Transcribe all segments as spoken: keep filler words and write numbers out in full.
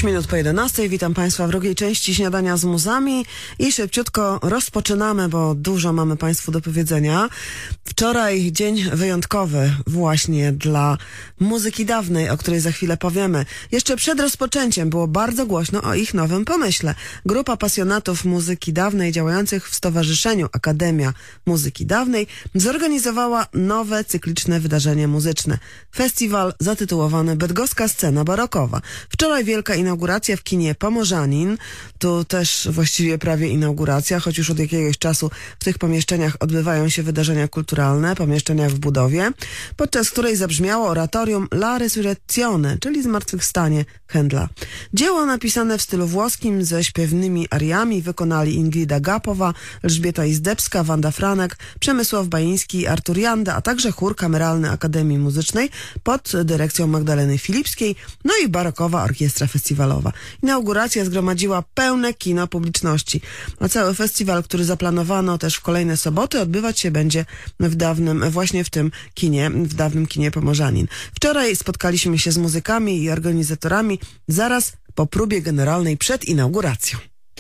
minut po jedenastej. Witam Państwa w drugiej części Śniadania z Muzami i szybciutko rozpoczynamy, bo dużo mamy Państwu do powiedzenia. Wczoraj dzień wyjątkowy właśnie dla muzyki dawnej, o której za chwilę powiemy. Jeszcze przed rozpoczęciem było bardzo głośno o ich nowym pomyśle. Grupa pasjonatów muzyki dawnej działających w Stowarzyszeniu Akademia Muzyki Dawnej zorganizowała nowe cykliczne wydarzenie muzyczne. Festiwal zatytułowany Bydgoska Scena Barokowa. Wczoraj wielka inauguracja w kinie Pomorzanin. Tu też właściwie prawie inauguracja, choć już od jakiegoś czasu w tych pomieszczeniach odbywają się wydarzenia kulturalne, pomieszczeniach w budowie, podczas której zabrzmiało oratorium La Resurrezione, czyli Zmartwychwstanie Händla. Dzieło napisane w stylu włoskim ze śpiewnymi ariami wykonali Ingrida Gapowa, Elżbieta Izdebska, Wanda Franek, Przemysław Bajiński, Artur Janda, a także chór kameralny Akademii Muzycznej pod dyrekcją Magdaleny Filipskiej, no i barokowa orkiestra festiwalowa. Inauguracja zgromadziła pełne kino publiczności, a cały festiwal, który zaplanowano też w kolejne soboty, odbywać się będzie w dawnym, właśnie w tym kinie, w dawnym kinie Pomorzanin. Wczoraj spotkaliśmy się z muzykami i organizatorami zaraz po próbie generalnej przed inauguracją.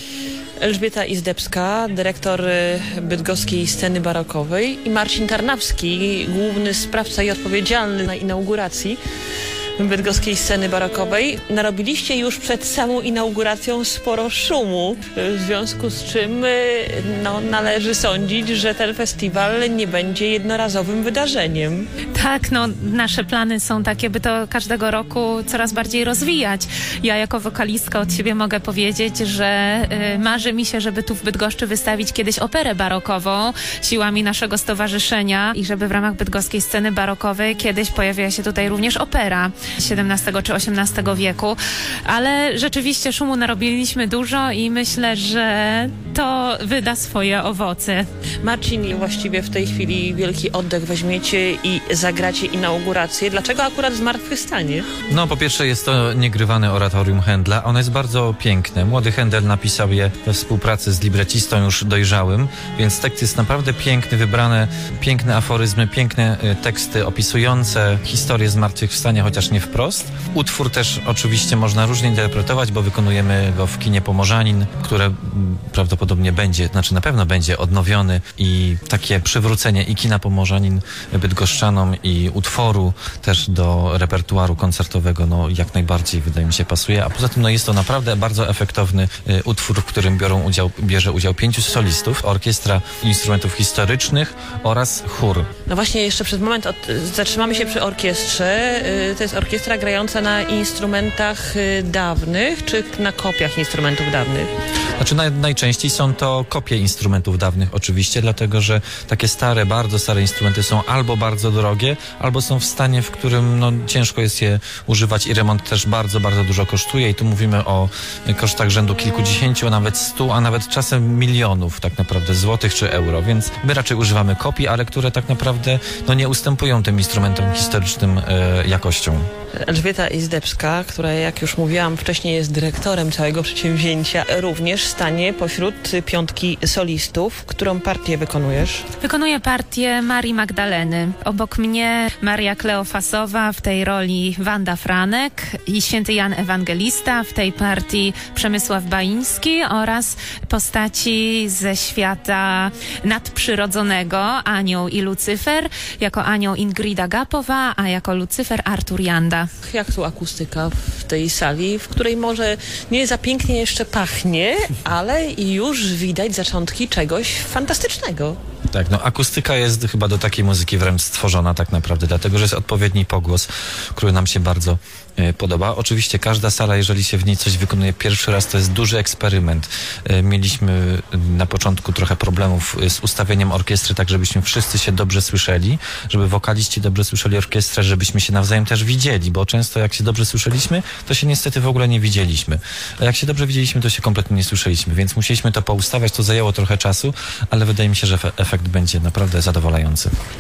Elżbieta Izdebska, dyrektor bydgoskiej sceny barokowej, i Marcin Tarnawski, główny sprawca i odpowiedzialny na inauguracji bydgoskiej sceny barokowej. Narobiliście już przed samą inauguracją sporo szumu, w związku z czym no, należy sądzić, że ten festiwal nie będzie jednorazowym wydarzeniem. Tak, no nasze plany są takie, by to każdego roku coraz bardziej rozwijać. Ja jako wokalistka od siebie mogę powiedzieć, że y, marzy mi się, żeby tu w Bydgoszczy wystawić kiedyś operę barokową siłami naszego stowarzyszenia i żeby w ramach bydgoskiej sceny barokowej kiedyś pojawiła się tutaj również opera siedemnastego czy osiemnastego wieku, ale rzeczywiście szumu narobiliśmy dużo i myślę, że to wyda swoje owoce. Marcin, właściwie w tej chwili wielki oddech weźmiecie i zagracie inaugurację. Dlaczego akurat Zmartwychwstanie? No, po pierwsze jest to niegrywane oratorium Händla. Ono jest bardzo piękne. Młody Händel napisał je we współpracy z librecistą już dojrzałym, więc tekst jest naprawdę piękny, wybrane piękne aforyzmy, piękne y, teksty opisujące historię Zmartwychwstania, chociaż nie wprost. Utwór też oczywiście można różnie interpretować, bo wykonujemy go w kinie Pomorzanin, które prawdopodobnie będzie, znaczy na pewno będzie odnowiony, i takie przywrócenie i kina Pomorzanin bydgoszczanom i utworu też do repertuaru koncertowego, no jak najbardziej wydaje mi się pasuje, a poza tym no jest to naprawdę bardzo efektowny y, utwór, w którym biorą udział, bierze udział pięciu solistów, orkiestra instrumentów historycznych oraz chór. No właśnie, jeszcze przez moment od, zatrzymamy się przy orkiestrze. Y, to jest orkiestra grająca na instrumentach y, dawnych, czy na kopiach instrumentów dawnych? Znaczy naj, najczęściej są to kopie instrumentów dawnych oczywiście, dlatego że takie stare, bardzo stare instrumenty są albo bardzo drogie, albo są w stanie, w którym no, ciężko jest je używać i remont też bardzo, bardzo dużo kosztuje, i tu mówimy o kosztach rzędu kilkudziesięciu, a nawet stu, a nawet czasem milionów tak naprawdę złotych czy euro, więc my raczej używamy kopii, ale które tak naprawdę no, nie ustępują tym instrumentom historycznym e, jakością. Elżbieta Izdebska, która, jak już mówiłam wcześniej, jest dyrektorem całego przedsięwzięcia, również stanie pośród piątki solistów. Którą partię wykonujesz? Wykonuję partię Marii Magdaleny. Obok mnie Maria Kleofasowa, w tej roli Wanda Franek, i święty Jan Ewangelista, w tej partii Przemysław Bajiński, oraz postaci ze świata nadprzyrodzonego, Anioł i Lucyfer. Jako anioł Ingrida Gapowa, a jako Lucyfer Artur Janda. Jak tu akustyka w tej sali, w której może nie za pięknie jeszcze pachnie, ale już widać zaczątki czegoś fantastycznego. Tak, no akustyka jest chyba do takiej muzyki wręcz stworzona tak naprawdę, dlatego że jest odpowiedni pogłos, który nam się bardzo e, podoba. Oczywiście każda sala, jeżeli się w niej coś wykonuje pierwszy raz, to jest duży eksperyment. E, mieliśmy na początku trochę problemów z ustawieniem orkiestry, tak żebyśmy wszyscy się dobrze słyszeli, żeby wokaliści dobrze słyszeli orkiestrę, żebyśmy się nawzajem też widzieli, bo często jak się dobrze słyszeliśmy, to się niestety w ogóle nie widzieliśmy. A jak się dobrze widzieliśmy, to się kompletnie nie słyszeliśmy, więc musieliśmy to poustawiać, to zajęło trochę czasu, ale wydaje mi się, że efekt będzie naprawdę zadowalający.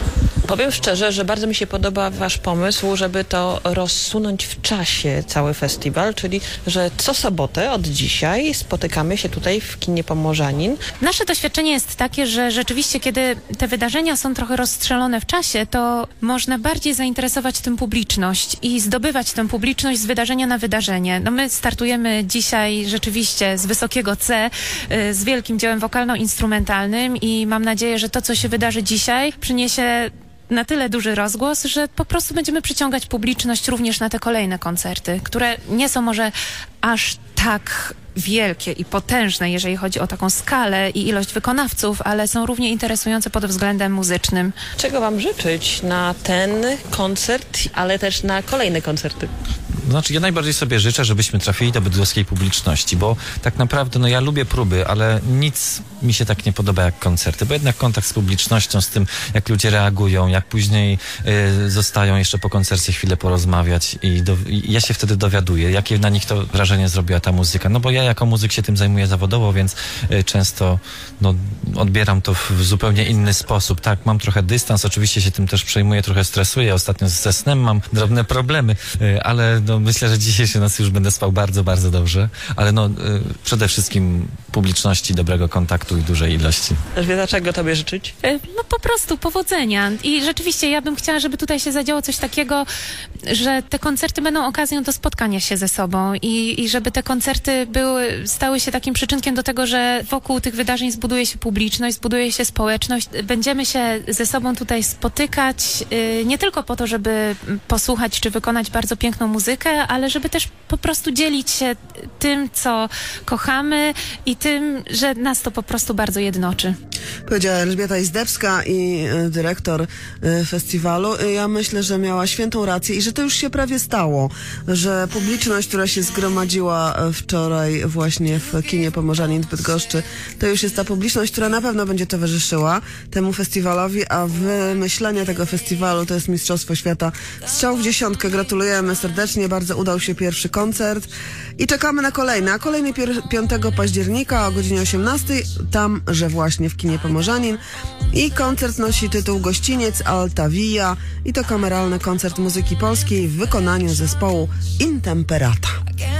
Powiem szczerze, że bardzo mi się podoba wasz pomysł, żeby to rozsunąć w czasie cały festiwal, czyli że co sobotę od dzisiaj spotykamy się tutaj w kinie Pomorzanin. Nasze doświadczenie jest takie, że rzeczywiście, kiedy te wydarzenia są trochę rozstrzelone w czasie, to można bardziej zainteresować tym publiczność i zdobywać tę publiczność z wydarzenia na wydarzenie. No my startujemy dzisiaj rzeczywiście z wysokiego C, y, z wielkim dziełem wokalno-instrumentalnym i mam nadzieję, że to, co się wydarzy dzisiaj, przyniesie na tyle duży rozgłos, że po prostu będziemy przyciągać publiczność również na te kolejne koncerty, które nie są może aż tak wielkie i potężne, jeżeli chodzi o taką skalę i ilość wykonawców, ale są równie interesujące pod względem muzycznym. Czego wam życzyć na ten koncert, ale też na kolejne koncerty? Znaczy, ja najbardziej sobie życzę, żebyśmy trafili do bydgoskiej publiczności, bo tak naprawdę, no ja lubię próby, ale nic mi się tak nie podoba jak koncerty, bo jednak kontakt z publicznością, z tym, jak ludzie reagują, jak później y, zostają jeszcze po koncercie chwilę porozmawiać i, do, i ja się wtedy dowiaduję, jakie na nich to wrażenie zrobiła ta muzyka. No bo ja jako muzyk się tym zajmuję zawodowo, więc y, często no, odbieram to w, w zupełnie inny sposób. Tak, mam trochę dystans, oczywiście się tym też przejmuję, trochę stresuję. Ostatnio ze snem mam drobne problemy, y, ale no, myślę, że dzisiejszy noc już będę spał bardzo, bardzo dobrze, ale no y, przede wszystkim publiczności, dobrego kontaktu i dużej ilości. Elżbieta, czego tobie życzyć? No po prostu powodzenia. I rzeczywiście ja bym chciała, żeby tutaj się zadziało coś takiego, że te koncerty będą okazją do spotkania się ze sobą i, i żeby te koncerty były, stały się takim przyczynkiem do tego, że wokół tych wydarzeń zbuduje się publiczność, zbuduje się społeczność. Będziemy się ze sobą tutaj spotykać yy, nie tylko po to, żeby posłuchać czy wykonać bardzo piękną muzykę, ale żeby też po prostu dzielić się tym, co kochamy i tym, że nas to po prostu bardzo jednoczy. Powiedziała Elżbieta Izdebska i y, dyrektor y, festiwalu. Y, ja myślę, że miała świętą rację i że to już się prawie stało, że publiczność, która się zgromadziła wczoraj właśnie w kinie Pomorzanin w Bydgoszczy, to już jest ta publiczność, która na pewno będzie towarzyszyła temu festiwalowi, a wymyślenie tego festiwalu to jest Mistrzostwo Świata. Strzał w dziesiątkę. Gratulujemy serdecznie. Bardzo udał się pierwszy koncert i czekamy na kolejny. A kolejny piątego października o godzinie osiemnastej, tamże właśnie w kinie Pomorzanin. I koncert nosi tytuł Gościniec Alta Via i to kameralny koncert muzyki polskiej w wykonaniu zespołu Intemperata.